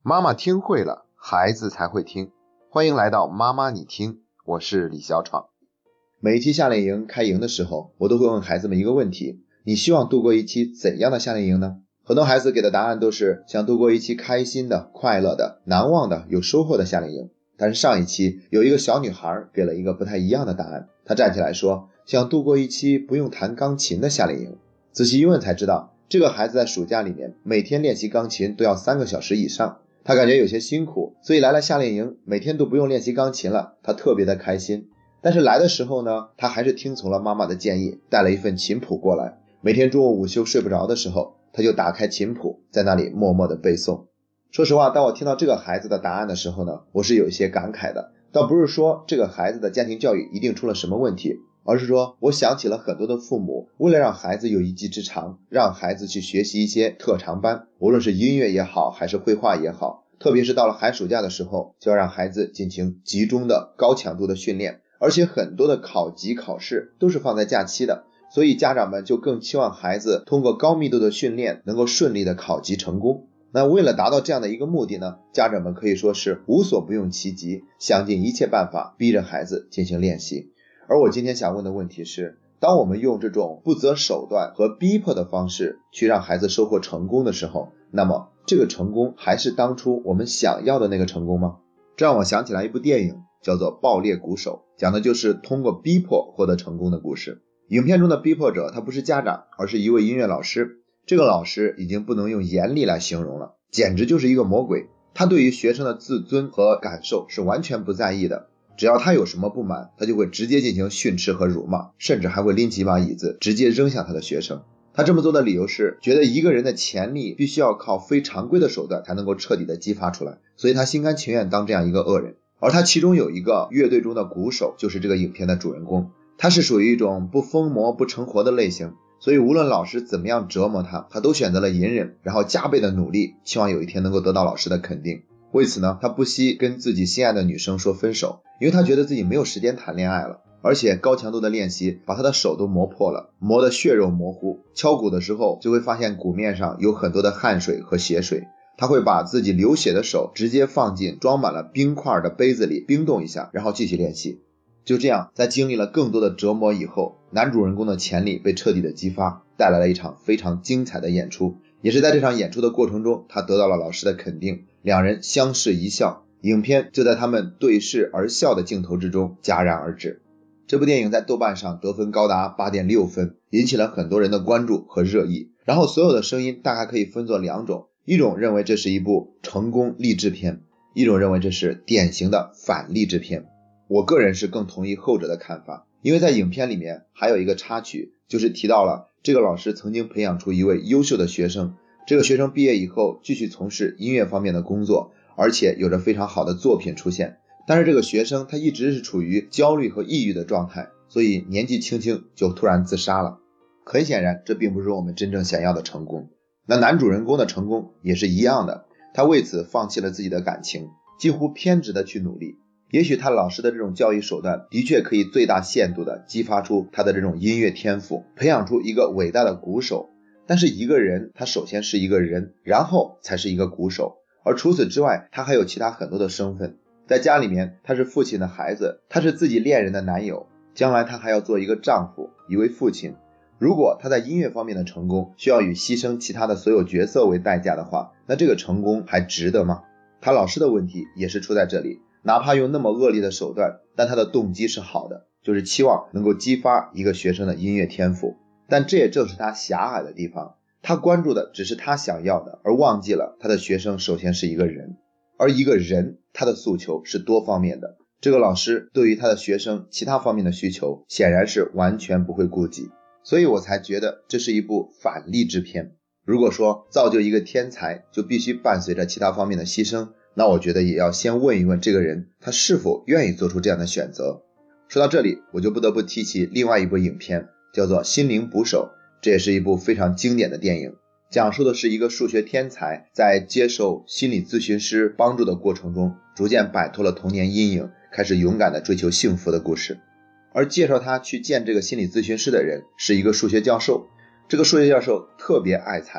妈妈听会了，孩子才会听。欢迎来到妈妈你听，我是李小闯。每一期夏令营开营的时候，我都会问孩子们一个问题：你希望度过一期怎样的夏令营呢？很多孩子给的答案都是想度过一期开心的、快乐的、难忘的、有收获的夏令营。但是上一期有一个小女孩给了一个不太一样的答案，她站起来说想度过一期不用弹钢琴的夏令营。仔细一问才知道，这个孩子在暑假里面每天练习钢琴都要3个小时以上，他感觉有些辛苦，所以来了夏令营，每天都不用练习钢琴了，他特别的开心。但是来的时候呢，他还是听从了妈妈的建议，带了一份琴谱过来。每天中午午休睡不着的时候，他就打开琴谱，在那里默默的背诵。说实话，当我听到这个孩子的答案的时候呢，我是有一些感慨的。倒不是说这个孩子的家庭教育一定出了什么问题，而是说我想起了很多的父母，为了让孩子有一技之长，让孩子去学习一些特长班，无论是音乐也好，还是绘画也好，特别是到了寒暑假的时候，就要让孩子进行集中的高强度的训练，而且很多的考级考试都是放在假期的，所以家长们就更期望孩子通过高密度的训练能够顺利的考级成功。那为了达到这样的一个目的呢，家长们可以说是无所不用其极，想尽一切办法逼着孩子进行练习。而我今天想问的问题是，当我们用这种不择手段和逼迫的方式去让孩子收获成功的时候，那么这个成功还是当初我们想要的那个成功吗？这让我想起来一部电影，叫做《爆裂鼓手》，讲的就是通过逼迫获得成功的故事。影片中的逼迫者他不是家长，而是一位音乐老师。这个老师已经不能用严厉来形容了，简直就是一个魔鬼。他对于学生的自尊和感受是完全不在意的，只要他有什么不满，他就会直接进行训斥和辱骂，甚至还会拎起一把椅子直接扔向他的学生。他这么做的理由是觉得一个人的潜力必须要靠非常规的手段才能够彻底的激发出来，所以他心甘情愿当这样一个恶人。而他其中有一个乐队中的鼓手，就是这个影片的主人公，他是属于一种不疯魔不成活的类型，所以无论老师怎么样折磨他，他都选择了隐忍，然后加倍的努力，期望有一天能够得到老师的肯定。为此呢，他不惜跟自己心爱的女生说分手，因为他觉得自己没有时间谈恋爱了，而且高强度的练习把他的手都磨破了，磨得血肉模糊，敲鼓的时候就会发现鼓面上有很多的汗水和血水，他会把自己流血的手直接放进装满了冰块的杯子里冰冻一下，然后继续练习。就这样，在经历了更多的折磨以后，男主人公的潜力被彻底的激发，带来了一场非常精彩的演出。也是在这场演出的过程中，他得到了老师的肯定，两人相视一笑，影片就在他们对视而笑的镜头之中戛然而止。这部电影在豆瓣上得分高达 8.6 分，引起了很多人的关注和热议。然后所有的声音大概可以分作两种，一种认为这是一部成功励志片，一种认为这是典型的反励志片。我个人是更同意后者的看法，因为在影片里面还有一个插曲，就是提到了这个老师曾经培养出一位优秀的学生，这个学生毕业以后继续从事音乐方面的工作，而且有着非常好的作品出现。但是这个学生他一直是处于焦虑和抑郁的状态，所以年纪轻轻就突然自杀了。很显然，这并不是我们真正想要的成功。那男主人公的成功也是一样的，他为此放弃了自己的感情，几乎偏执的去努力。也许他老师的这种教育手段的确可以最大限度的激发出他的这种音乐天赋，培养出一个伟大的鼓手。但是一个人他首先是一个人，然后才是一个鼓手，而除此之外他还有其他很多的身份。在家里面他是父亲的孩子，他是自己恋人的男友，将来他还要做一个丈夫，一位父亲。如果他在音乐方面的成功需要以牺牲其他的所有角色为代价的话，那这个成功还值得吗？他老师的问题也是出在这里，哪怕用那么恶劣的手段，但他的动机是好的，就是期望能够激发一个学生的音乐天赋。但这也正是他狭隘的地方，他关注的只是他想要的，而忘记了他的学生首先是一个人，而一个人他的诉求是多方面的。这个老师对于他的学生其他方面的需求显然是完全不会顾及，所以我才觉得这是一部反励志片。如果说造就一个天才就必须伴随着其他方面的牺牲，那我觉得也要先问一问这个人他是否愿意做出这样的选择。说到这里，我就不得不提起另外一部影片，叫做《心灵捕手》，这也是一部非常经典的电影，讲述的是一个数学天才在接受心理咨询师帮助的过程中，逐渐摆脱了童年阴影，开始勇敢地追求幸福的故事。而介绍他去见这个心理咨询师的人是一个数学教授，这个数学教授特别爱财，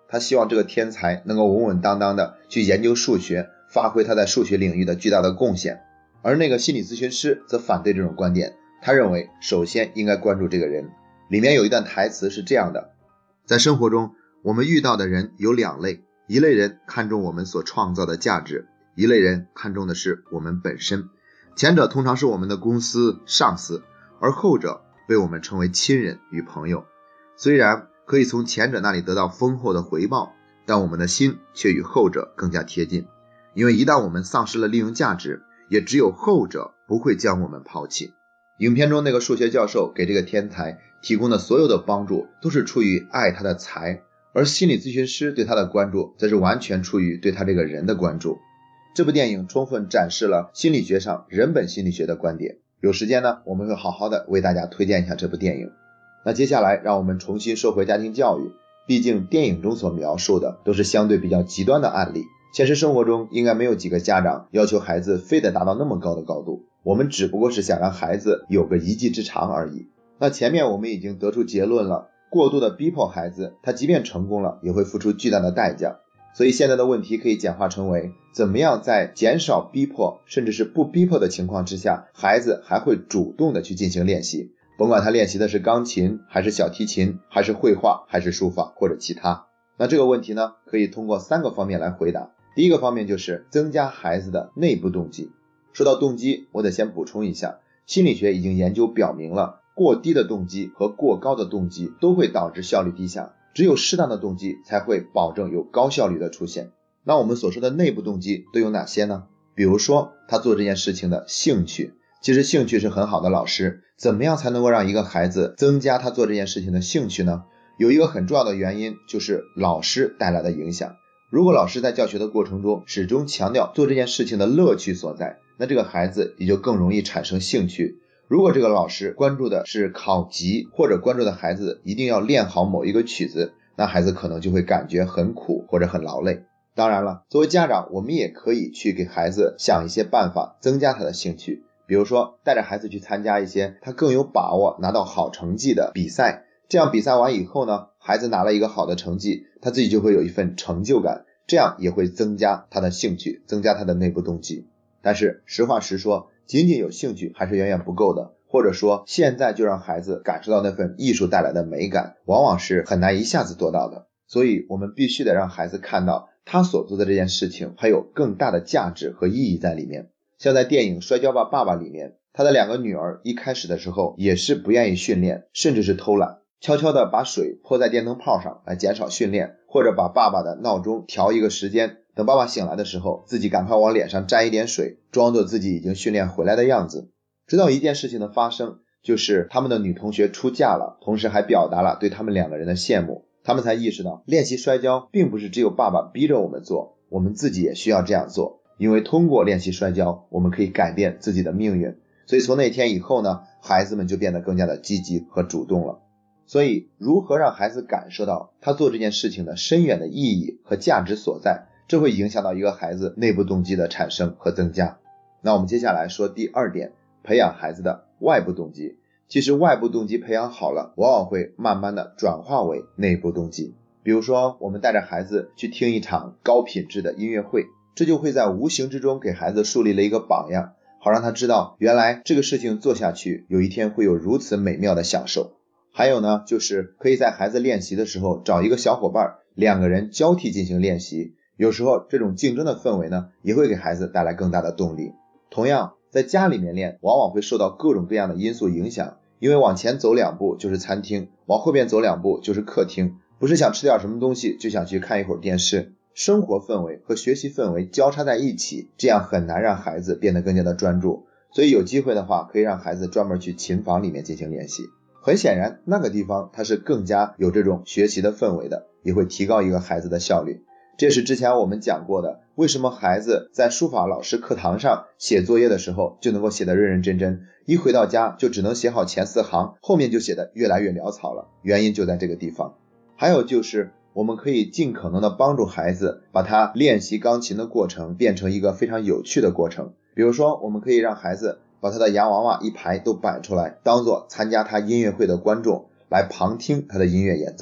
他希望这个天才能够稳稳当当的去研究数学，发挥他在数学领域的巨大的贡献。而那个心理咨询师则反对这种观点，他认为首先应该关注这个人。里面有一段台词是这样的：在生活中，我们遇到的人有两类，一类人看重我们所创造的价值，一类人看重的是我们本身。前者通常是我们的公司、上司，而后者被我们称为亲人与朋友。虽然可以从前者那里得到丰厚的回报，但我们的心却与后者更加贴近。因为一旦我们丧失了利用价值，也只有后者不会将我们抛弃。影片中那个数学教授给这个天才提供的所有的帮助都是出于爱他的才，而心理咨询师对他的关注则是完全出于对他这个人的关注。这部电影充分展示了心理学上人本心理学的观点。有时间呢，我们会好好的为大家推荐一下这部电影。那接下来让我们重新说回家庭教育，毕竟电影中所描述的都是相对比较极端的案例，现实生活中应该没有几个家长要求孩子非得达到那么高的高度，我们只不过是想让孩子有个一技之长而已。那前面我们已经得出结论了，过度的逼迫孩子，他即便成功了也会付出巨大的代价。所以现在的问题可以简化成为，怎么样在减少逼迫甚至是不逼迫的情况之下，孩子还会主动的去进行练习，甭管他练习的是钢琴还是小提琴还是绘画还是书法或者其他。那这个问题呢，可以通过3个方面来回答。第一个方面就是增加孩子的内部动机。说到动机，我得先补充一下，心理学已经研究表明了，过低的动机和过高的动机都会导致效率低下，只有适当的动机才会保证有高效率的出现。那我们所说的内部动机都有哪些呢？比如说他做这件事情的兴趣，其实兴趣是很好的老师，怎么样才能够让一个孩子增加他做这件事情的兴趣呢？有一个很重要的原因，就是老师带来的影响。如果老师在教学的过程中始终强调做这件事情的乐趣所在，那这个孩子也就更容易产生兴趣。如果这个老师关注的是考级，或者关注的孩子一定要练好某一个曲子，那孩子可能就会感觉很苦或者很劳累。当然了，作为家长，我们也可以去给孩子想一些办法增加他的兴趣，比如说带着孩子去参加一些他更有把握拿到好成绩的比赛，这样比赛完以后呢，孩子拿了一个好的成绩，他自己就会有一份成就感，这样也会增加他的兴趣，增加他的内部动机。但是实话实说，仅仅有兴趣还是远远不够的，或者说现在就让孩子感受到那份艺术带来的美感，往往是很难一下子做到的。所以我们必须得让孩子看到他所做的这件事情还有更大的价值和意义在里面。像在电影《摔跤吧，爸爸》里面，他的2个女儿一开始的时候也是不愿意训练，甚至是偷懒，悄悄地把水泼在电灯泡上来减少训练，或者把爸爸的闹钟调一个时间，等爸爸醒来的时候，自己赶快往脸上沾一点水，装作自己已经训练回来的样子。直到一件事情的发生，就是他们的女同学出嫁了，同时还表达了对他们2个人的羡慕，他们才意识到练习摔跤并不是只有爸爸逼着我们做，我们自己也需要这样做，因为通过练习摔跤，我们可以改变自己的命运。所以从那天以后呢，孩子们就变得更加的积极和主动了。所以如何让孩子感受到他做这件事情的深远的意义和价值所在，这会影响到一个孩子内部动机的产生和增加。那我们接下来说第2点，培养孩子的外部动机。其实外部动机培养好了，往往会慢慢的转化为内部动机。比如说我们带着孩子去听一场高品质的音乐会，这就会在无形之中给孩子树立了一个榜样，好让他知道原来这个事情做下去，有一天会有如此美妙的享受。还有呢，就是可以在孩子练习的时候找一个小伙伴，2个人交替进行练习，有时候这种竞争的氛围呢，也会给孩子带来更大的动力。同样在家里面练，往往会受到各种各样的因素影响，因为往前走2步就是餐厅，往后边走2步就是客厅，不是想吃点什么东西就想去看一会儿电视。生活氛围和学习氛围交叉在一起，这样很难让孩子变得更加的专注。所以有机会的话，可以让孩子专门去琴房里面进行练习。很显然那个地方它是更加有这种学习的氛围的，也会提高一个孩子的效率。这是之前我们讲过的，为什么孩子在书法老师课堂上写作业的时候就能够写得认认真真，一回到家就只能写好前4行，后面就写得越来越潦草了，原因就在这个地方。还有就是我们可以尽可能的帮助孩子把他练习钢琴的过程变成一个非常有趣的过程。比如说我们可以让孩子把他的洋娃娃一排都摆出来，当做参加他音乐会的观众来旁听他的音乐演奏，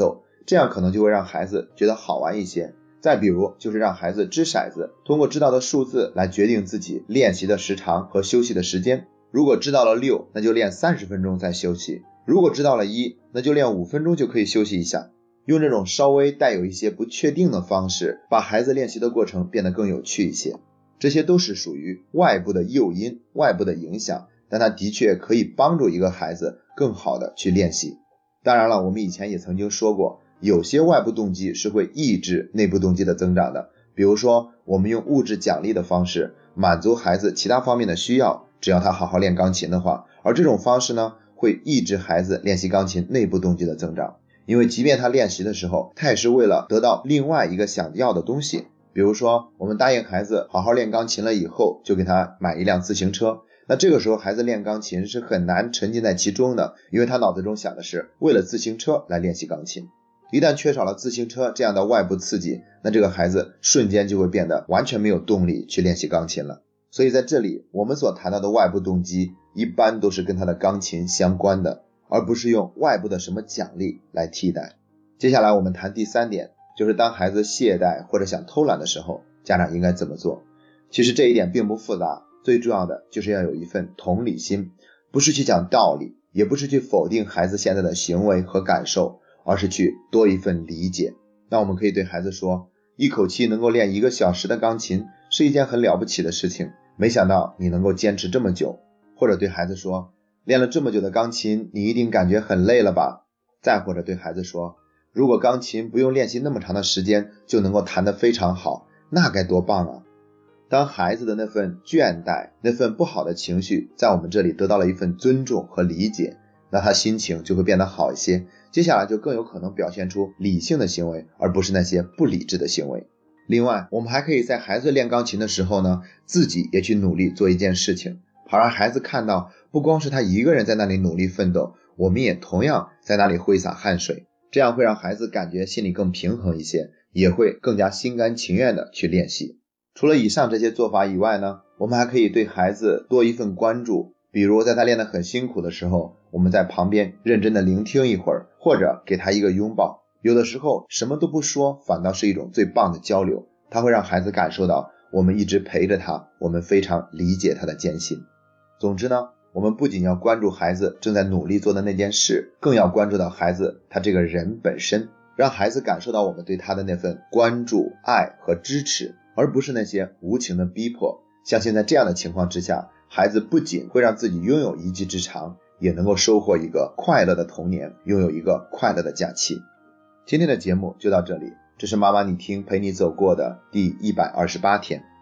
这样可能就会让孩子觉得好玩一些。再比如就是让孩子掷骰子，通过知道的数字来决定自己练习的时长和休息的时间。如果知道了6，那就练30分钟再休息；如果知道了1，那就练5分钟就可以休息一下。用这种稍微带有一些不确定的方式，把孩子练习的过程变得更有趣一些。这些都是属于外部的诱因、外部的影响，但它的确可以帮助一个孩子更好的去练习。当然了，我们以前也曾经说过，有些外部动机是会抑制内部动机的增长的。比如说，我们用物质奖励的方式满足孩子其他方面的需要，只要他好好练钢琴的话，而这种方式呢，会抑制孩子练习钢琴内部动机的增长。因为即便他练习的时候，他也是为了得到另外一个想要的东西。比如说，我们答应孩子好好练钢琴了以后，就给他买一辆自行车。那这个时候孩子练钢琴是很难沉浸在其中的，因为他脑子中想的是为了自行车来练习钢琴。一旦缺少了自行车这样的外部刺激，那这个孩子瞬间就会变得完全没有动力去练习钢琴了。所以在这里我们所谈到的外部动机一般都是跟他的钢琴相关的，而不是用外部的什么奖励来替代。接下来我们谈第3点，就是当孩子懈怠或者想偷懒的时候，家长应该怎么做。其实这一点并不复杂，最重要的就是要有一份同理心，不是去讲道理，也不是去否定孩子现在的行为和感受，而是去多一份理解。那我们可以对孩子说，一口气能够练1个小时的钢琴是一件很了不起的事情，没想到你能够坚持这么久。或者对孩子说，练了这么久的钢琴，你一定感觉很累了吧？再或者对孩子说，如果钢琴不用练习那么长的时间就能够弹得非常好，那该多棒啊！当孩子的那份倦怠，那份不好的情绪在我们这里得到了一份尊重和理解，那他心情就会变得好一些，接下来就更有可能表现出理性的行为，而不是那些不理智的行为。另外，我们还可以在孩子练钢琴的时候呢，自己也去努力做一件事情，好让孩子看到不光是他一个人在那里努力奋斗，我们也同样在那里挥洒汗水，这样会让孩子感觉心里更平衡一些，也会更加心甘情愿的去练习。除了以上这些做法以外呢，我们还可以对孩子多一份关注，比如在他练得很辛苦的时候，我们在旁边认真的聆听一会儿，或者给他一个拥抱。有的时候什么都不说，反倒是一种最棒的交流，他会让孩子感受到我们一直陪着他，我们非常理解他的艰辛。总之呢，我们不仅要关注孩子正在努力做的那件事，更要关注到孩子他这个人本身，让孩子感受到我们对他的那份关注、爱和支持，而不是那些无情的逼迫。相信在这样的情况之下，孩子不仅会让自己拥有一技之长，也能够收获一个快乐的童年，拥有一个快乐的假期。今天的节目就到这里，这是妈妈你听陪你走过的第128天。